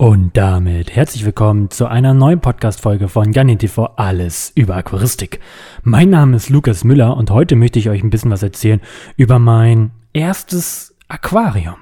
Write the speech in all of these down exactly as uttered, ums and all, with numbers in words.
Und damit herzlich willkommen zu einer neuen Podcast-Folge von Garnier T V, alles über Aquaristik. Mein Name ist Lukas Müller und heute möchte ich euch ein bisschen was erzählen über mein erstes Aquarium.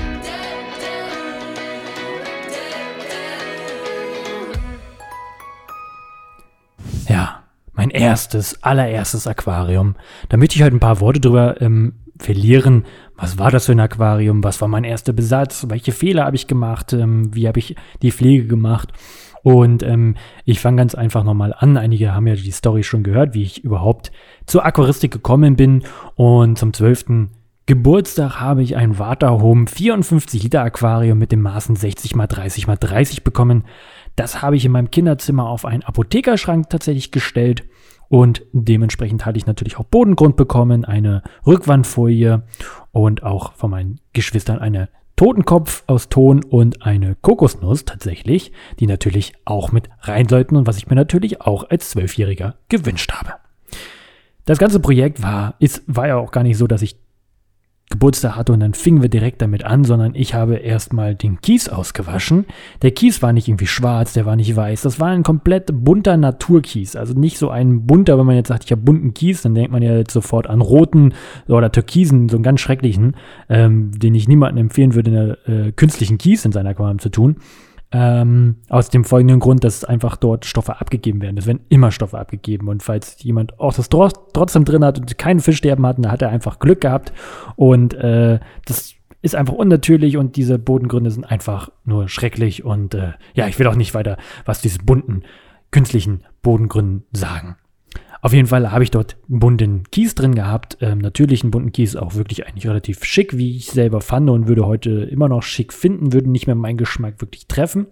Ja, mein erstes, allererstes Aquarium. Da möchte ich heute ein paar Worte drüber ähm, verlieren. Was war das für ein Aquarium? Was war mein erster Besatz? Welche Fehler habe ich gemacht? Ähm, wie habe ich die Pflege gemacht? Und ähm, ich fange ganz einfach nochmal an. Einige haben ja die Story schon gehört, wie ich überhaupt zur Aquaristik gekommen bin. Und zum zwölften Geburtstag habe ich ein Waterhome vierundfünfzig Liter Aquarium mit dem Maßen sechzig mal dreißig mal dreißig bekommen. Das habe ich in meinem Kinderzimmer auf einen Apothekerschrank tatsächlich gestellt. Und dementsprechend hatte ich natürlich auch Bodengrund bekommen, eine Rückwandfolie und auch von meinen Geschwistern eine Totenkopf aus Ton und eine Kokosnuss tatsächlich, die natürlich auch mit rein sollten und was ich mir natürlich auch als Zwölfjähriger gewünscht habe. Das ganze Projekt war, ist, war ja auch gar nicht so, dass ich Geburtstag hatte und dann fingen wir direkt damit an, sondern ich habe erstmal den Kies ausgewaschen. Der Kies war nicht irgendwie schwarz, der war nicht weiß, das war ein komplett bunter Naturkies, also nicht so ein bunter, wenn man jetzt sagt, ich habe bunten Kies, dann denkt man ja jetzt sofort an roten oder türkisen, so einen ganz schrecklichen, ähm, den ich niemandem empfehlen würde, einen äh, künstlichen Kies in seinem Aquarium zu tun. Ähm, aus dem folgenden Grund, dass einfach dort Stoffe abgegeben werden. Es werden immer Stoffe abgegeben und falls jemand auch das tro- trotzdem drin hat und keinen Fischsterben hat, dann hat er einfach Glück gehabt und äh, das ist einfach unnatürlich und diese Bodengründe sind einfach nur schrecklich und äh, ja, ich will auch nicht weiter was diese bunten, künstlichen Bodengründen sagen. Auf jeden Fall habe ich dort einen bunten Kies drin gehabt. Ähm, natürlich einen bunten Kies, auch wirklich eigentlich relativ schick, wie ich selber fand und würde heute immer noch schick finden, würde nicht mehr meinen Geschmack wirklich treffen.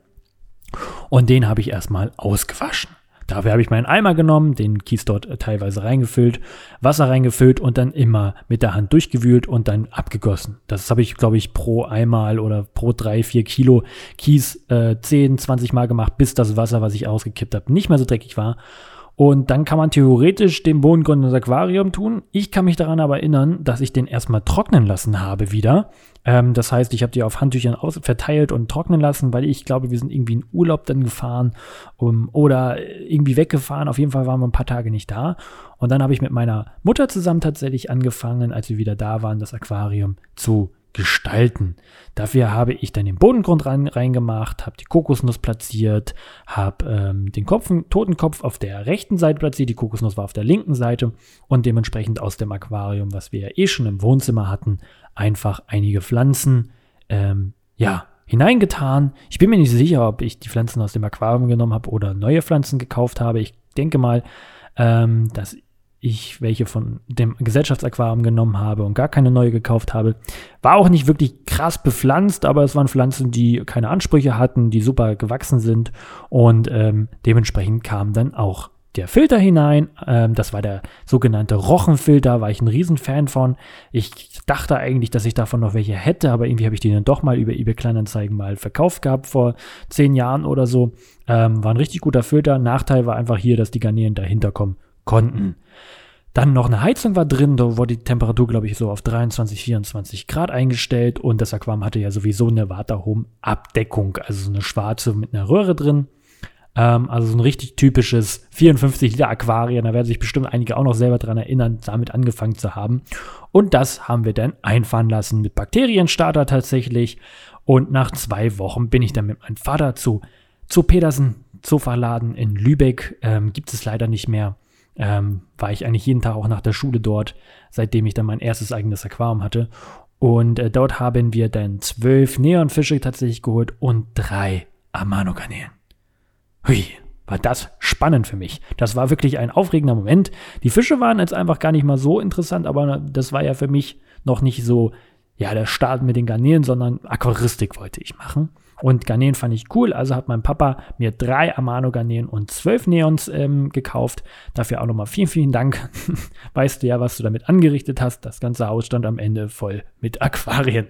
Und den habe ich erstmal ausgewaschen. Dafür habe ich meinen Eimer genommen, den Kies dort äh, teilweise reingefüllt, Wasser reingefüllt und dann immer mit der Hand durchgewühlt und dann abgegossen. Das habe ich, glaube ich, pro einmal oder pro drei, vier Kilo Kies äh, zehn, zwanzig Mal gemacht, bis das Wasser, was ich ausgekippt habe, nicht mehr so dreckig war. Und dann kann man theoretisch den Bodengrund ins Aquarium tun. Ich kann mich daran aber erinnern, dass ich den erstmal trocknen lassen habe wieder. Ähm, das heißt, ich habe die auf Handtüchern aus- verteilt und trocknen lassen, weil ich glaube, wir sind irgendwie in Urlaub dann gefahren um, oder irgendwie weggefahren. Auf jeden Fall waren wir ein paar Tage nicht da. Und dann habe ich mit meiner Mutter zusammen tatsächlich angefangen, als wir wieder da waren, das Aquarium zu gestalten. Dafür habe ich dann den Bodengrund rein, reingemacht, habe die Kokosnuss platziert, habe ähm, den Kopf, Totenkopf auf der rechten Seite platziert, die Kokosnuss war auf der linken Seite und dementsprechend aus dem Aquarium, was wir ja eh schon im Wohnzimmer hatten, einfach einige Pflanzen ähm, ja, hineingetan. Ich bin mir nicht sicher, ob ich die Pflanzen aus dem Aquarium genommen habe oder neue Pflanzen gekauft habe. Ich denke mal, ähm, dass ich welche von dem Gesellschaftsaquarium genommen habe und gar keine neue gekauft habe. War auch nicht wirklich krass bepflanzt, aber es waren Pflanzen, die keine Ansprüche hatten, die super gewachsen sind und ähm, dementsprechend kam dann auch der Filter hinein. Ähm, das war der sogenannte Rochenfilter, war ich ein Riesenfan von. Ich dachte eigentlich, dass ich davon noch welche hätte, aber irgendwie habe ich die dann doch mal über eBay Kleinanzeigen mal verkauft gehabt vor zehn Jahren oder so. Ähm, war ein richtig guter Filter. Nachteil war einfach hier, dass die Garnelen dahinter kommen konnten. Dann noch eine Heizung war drin, da wurde die Temperatur, glaube ich, so auf dreiundzwanzig, vierundzwanzig Grad eingestellt und das Aquarium hatte ja sowieso eine Waterhome-Abdeckung, also so eine schwarze mit einer Röhre drin. Ähm, also so ein richtig typisches vierundfünfzig Liter Aquarium, da werden sich bestimmt einige auch noch selber dran erinnern, damit angefangen zu haben. Und das haben wir dann einfahren lassen mit Bakterienstarter tatsächlich und nach zwei Wochen bin ich dann mit meinem Vater zu, zu Petersen Zoofachladen in Lübeck, ähm, gibt es leider nicht mehr. Ähm, war ich eigentlich jeden Tag auch nach der Schule dort, seitdem ich dann mein erstes eigenes Aquarium hatte. Und äh, dort haben wir dann zwölf Neonfische tatsächlich geholt und drei Amano-Garnelen. Hui, war das spannend für mich. Das war wirklich ein aufregender Moment. Die Fische waren jetzt einfach gar nicht mal so interessant, aber das war ja für mich noch nicht so, ja, der Start mit den Garnelen, sondern Aquaristik wollte ich machen. Und Garnelen fand ich cool, also hat mein Papa mir drei Amano-Garnelen und zwölf Neons ähm, gekauft. Dafür auch nochmal vielen, vielen Dank. Weißt du ja, was du damit angerichtet hast. Das ganze Haus stand am Ende voll mit Aquarien.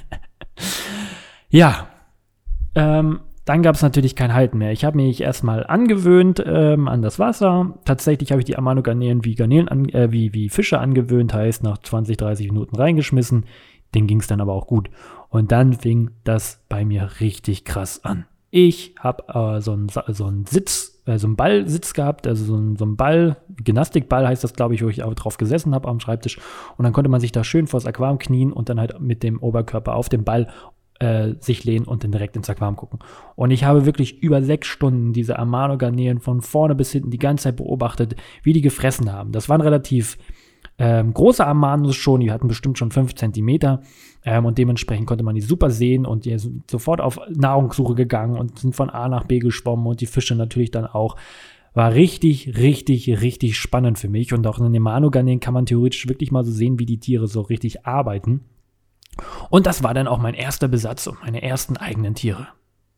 Ja, ähm, dann gab es natürlich kein Halten mehr. Ich habe mich erstmal angewöhnt ähm, an das Wasser. Tatsächlich habe ich die Amano-Garnelen wie, Garnelen an, äh, wie, wie Fische angewöhnt, heißt nach zwanzig, dreißig Minuten reingeschmissen. Denen ging es dann aber auch gut. Und dann fing das bei mir richtig krass an. Ich habe äh, so einen so einen Sitz, äh, so einen Ballsitz gehabt, also so einen, so einen Ball, Gymnastikball heißt das, glaube ich, wo ich auch drauf gesessen habe am Schreibtisch. Und dann konnte man sich da schön vors Aquarium knien und dann halt mit dem Oberkörper auf den Ball äh, sich lehnen und dann direkt ins Aquarium gucken. Und ich habe wirklich über sechs Stunden diese Amano-Garnelen von vorne bis hinten die ganze Zeit beobachtet, wie die gefressen haben. Das waren relativ Ähm, große Amanos schon, die hatten bestimmt schon fünf Zentimeter ähm, und dementsprechend konnte man die super sehen und die sind sofort auf Nahrungssuche gegangen und sind von A nach B geschwommen und die Fische natürlich dann auch. War richtig, richtig, richtig spannend für mich und auch in den Amano-Garnelen kann man theoretisch wirklich mal so sehen, wie die Tiere so richtig arbeiten. Und das war dann auch mein erster Besatz und meine ersten eigenen Tiere.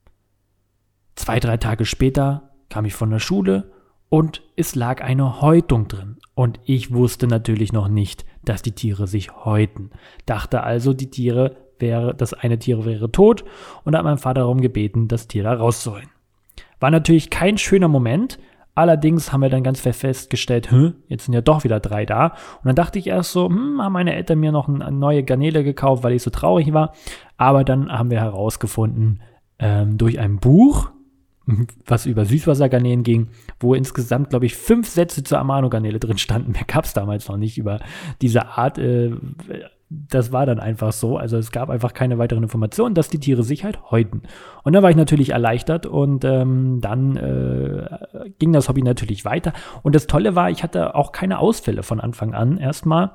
Zwei, drei Tage später kam ich von der Schule und es lag eine Häutung drin. Und ich wusste natürlich noch nicht, dass die Tiere sich häuten. Dachte also, die Tiere wäre, das eine Tier wäre tot und hat meinen Vater darum gebeten, das Tier da rauszuholen. War natürlich kein schöner Moment. Allerdings haben wir dann ganz festgestellt, hm, jetzt sind ja doch wieder drei da. Und dann dachte ich erst so, hm, haben meine Eltern mir noch eine neue Garnele gekauft, weil ich so traurig war. Aber dann haben wir herausgefunden, ähm, durch ein Buch, was über Süßwassergarnelen ging, wo insgesamt, glaube ich, fünf Sätze zur Amano-Garnele drin standen. Mehr gab es damals noch nicht über diese Art. Äh, das war dann einfach so. Also es gab einfach keine weiteren Informationen, dass die Tiere sich halt häuten. Und dann war ich natürlich erleichtert und ähm, dann äh, ging das Hobby natürlich weiter. Und das Tolle war, ich hatte auch keine Ausfälle von Anfang an erstmal.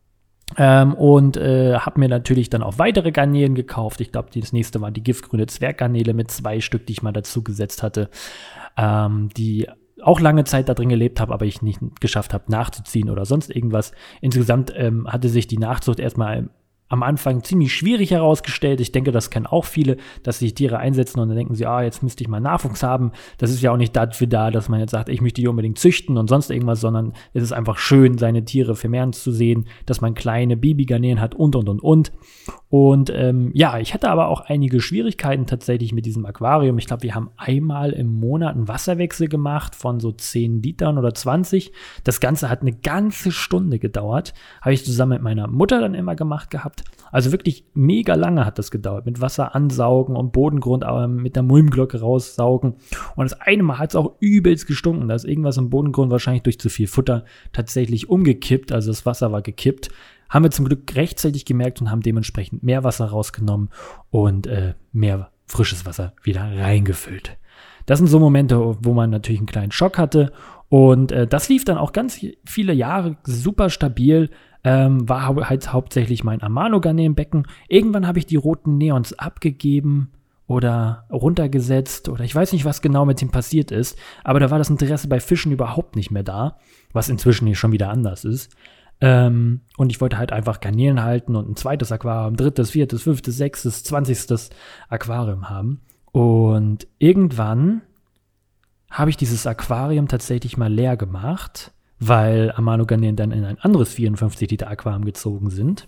Ähm, und äh, habe mir natürlich dann auch weitere Garnelen gekauft. Ich glaube, das nächste war die giftgrüne Zwerggarnele mit zwei Stück, die ich mal dazu gesetzt hatte, ähm, die auch lange Zeit da drin gelebt habe, aber ich nicht geschafft habe nachzuziehen oder sonst irgendwas. Insgesamt ähm, hatte sich die Nachzucht erstmal am Anfang ziemlich schwierig herausgestellt. Ich denke, das kennen auch viele, dass sich Tiere einsetzen und dann denken sie, ah, jetzt müsste ich mal Nachwuchs haben. Das ist ja auch nicht dafür da, dass man jetzt sagt, ich möchte die unbedingt züchten und sonst irgendwas, sondern es ist einfach schön, seine Tiere vermehren zu sehen, dass man kleine Babygarnelen hat und, und, und, und. Und ähm, ja, ich hatte aber auch einige Schwierigkeiten tatsächlich mit diesem Aquarium. Ich glaube, wir haben einmal im Monat einen Wasserwechsel gemacht von so zehn Litern oder zwanzig. Das Ganze hat eine ganze Stunde gedauert. Habe ich zusammen mit meiner Mutter dann immer gemacht gehabt. Also wirklich mega lange hat das gedauert. Mit Wasser ansaugen und Bodengrund aber mit der Mulmglocke raussaugen. Und das eine Mal hat es auch übelst gestunken. Da ist irgendwas im Bodengrund wahrscheinlich durch zu viel Futter tatsächlich umgekippt. Also das Wasser war gekippt. Haben wir zum Glück rechtzeitig gemerkt und haben dementsprechend mehr Wasser rausgenommen und äh, mehr frisches Wasser wieder reingefüllt. Das sind so Momente, wo man natürlich einen kleinen Schock hatte. Und äh, das lief dann auch ganz viele Jahre super stabil. Ähm, war halt hauptsächlich mein Amano-Garnelenbecken. Irgendwann habe ich die roten Neons abgegeben oder runtergesetzt oder ich weiß nicht, was genau mit dem passiert ist. Aber da war das Interesse bei Fischen überhaupt nicht mehr da, was inzwischen hier schon wieder anders ist. Ähm, und ich wollte halt einfach Garnelen halten und ein zweites Aquarium, drittes, viertes, fünftes, sechstes, zwanzigstes Aquarium haben. Und irgendwann habe ich dieses Aquarium tatsächlich mal leer gemacht, weil Amano-Garnelen dann in ein anderes vierundfünfzig Liter Aquarium gezogen sind.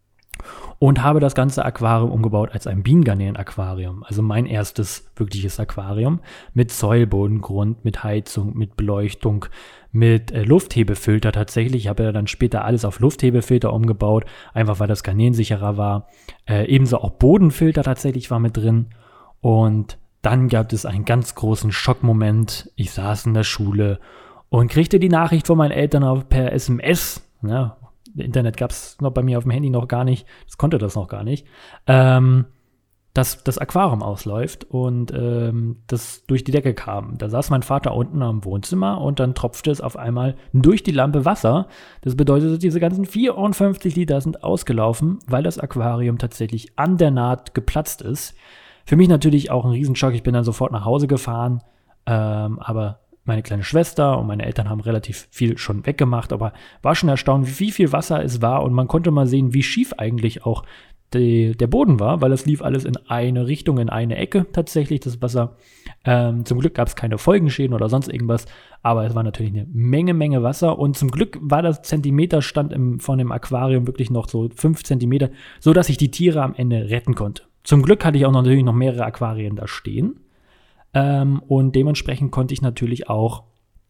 Und habe das ganze Aquarium umgebaut als ein Bienengarnelen-Aquarium. Also mein erstes wirkliches Aquarium mit Säulbodengrund, mit Heizung, mit Beleuchtung, mit äh, Lufthebefilter tatsächlich. Ich habe ja dann später alles auf Lufthebefilter umgebaut, einfach weil das Garnelen sicherer war. Äh, ebenso auch Bodenfilter tatsächlich war mit drin. Und dann gab es einen ganz großen Schockmoment. Ich saß in der Schule und kriegte die Nachricht von meinen Eltern auch per S M S, ja, Internet gab es noch bei mir auf dem Handy noch gar nicht, das konnte das noch gar nicht, ähm, dass das Aquarium ausläuft und ähm, das durch die Decke kam. Da saß mein Vater unten am Wohnzimmer und dann tropfte es auf einmal durch die Lampe Wasser. Das bedeutet, diese ganzen vierundfünfzig Liter sind ausgelaufen, weil das Aquarium tatsächlich an der Naht geplatzt ist. Für mich natürlich auch ein Riesenschock. Ich bin dann sofort nach Hause gefahren, ähm, aber meine kleine Schwester und meine Eltern haben relativ viel schon weggemacht, aber war schon erstaunt, wie viel Wasser es war und man konnte mal sehen, wie schief eigentlich auch die, der Boden war, weil es lief alles in eine Richtung, in eine Ecke tatsächlich, das Wasser. Ähm, zum Glück gab es keine Folgenschäden oder sonst irgendwas, aber es war natürlich eine Menge, Menge Wasser und zum Glück war das Zentimeterstand im, von dem Aquarium wirklich noch so fünf Zentimeter, so dass ich die Tiere am Ende retten konnte. Zum Glück hatte ich auch noch, natürlich noch mehrere Aquarien da stehen. Ähm, und dementsprechend konnte ich natürlich auch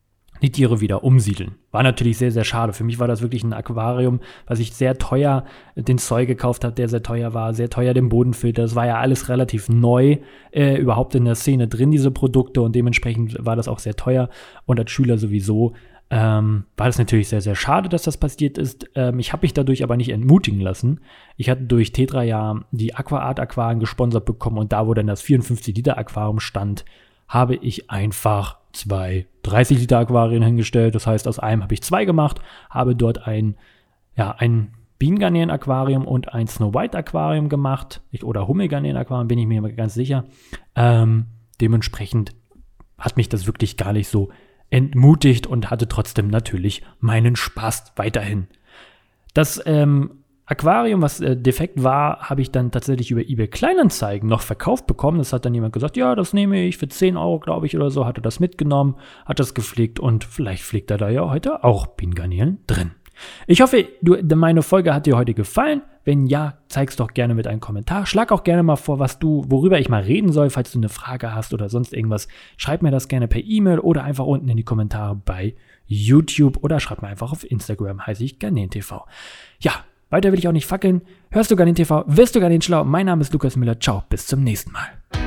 die Tiere wieder umsiedeln. War natürlich sehr, sehr schade. Für mich war das wirklich ein Aquarium, was ich sehr teuer den Zoll gekauft habe, der sehr teuer war, sehr teuer den Bodenfilter. Das war ja alles relativ neu, äh, überhaupt in der Szene drin, diese Produkte, und dementsprechend war das auch sehr teuer, und als Schüler sowieso ähm, war das natürlich sehr, sehr schade, dass das passiert ist. Ähm, ich habe mich dadurch aber nicht entmutigen lassen. Ich hatte durch Tetra ja die AquaArt Aquarien gesponsert bekommen, und da, wo dann das vierundfünfzig Liter Aquarium stand, habe ich einfach zwei dreißig Liter Aquarien hingestellt. Das heißt, aus einem habe ich zwei gemacht, habe dort ein, ja, ein Bienengarnelen Aquarium und ein Snow White Aquarium gemacht. Ich, oder Hummelgarnelen Aquarium, bin ich mir ganz sicher. Ähm, dementsprechend hat mich das wirklich gar nicht so entmutigt und hatte trotzdem natürlich meinen Spaß weiterhin. Das ähm, Aquarium, was äh, defekt war, habe ich dann tatsächlich über eBay Kleinanzeigen noch verkauft bekommen. Das hat dann jemand gesagt, ja, das nehme ich für zehn Euro, glaube ich, oder so. Hat er das mitgenommen, hat das gepflegt, und vielleicht pflegt er da ja heute auch Bienengarnelen drin. Ich hoffe, du, meine Folge hat dir heute gefallen. Wenn ja, zeig's doch gerne mit einem Kommentar. Schlag auch gerne mal vor, was du, worüber ich mal reden soll, falls du eine Frage hast oder sonst irgendwas. Schreib mir das gerne per E-Mail oder einfach unten in die Kommentare bei YouTube, oder schreib mir einfach auf Instagram, heiße ich GarnelenTV. Ja, weiter will ich auch nicht fackeln. Hörst du GarnelenTV? Wirst du Garnelen schlau? Mein Name ist Lukas Müller. Ciao, bis zum nächsten Mal.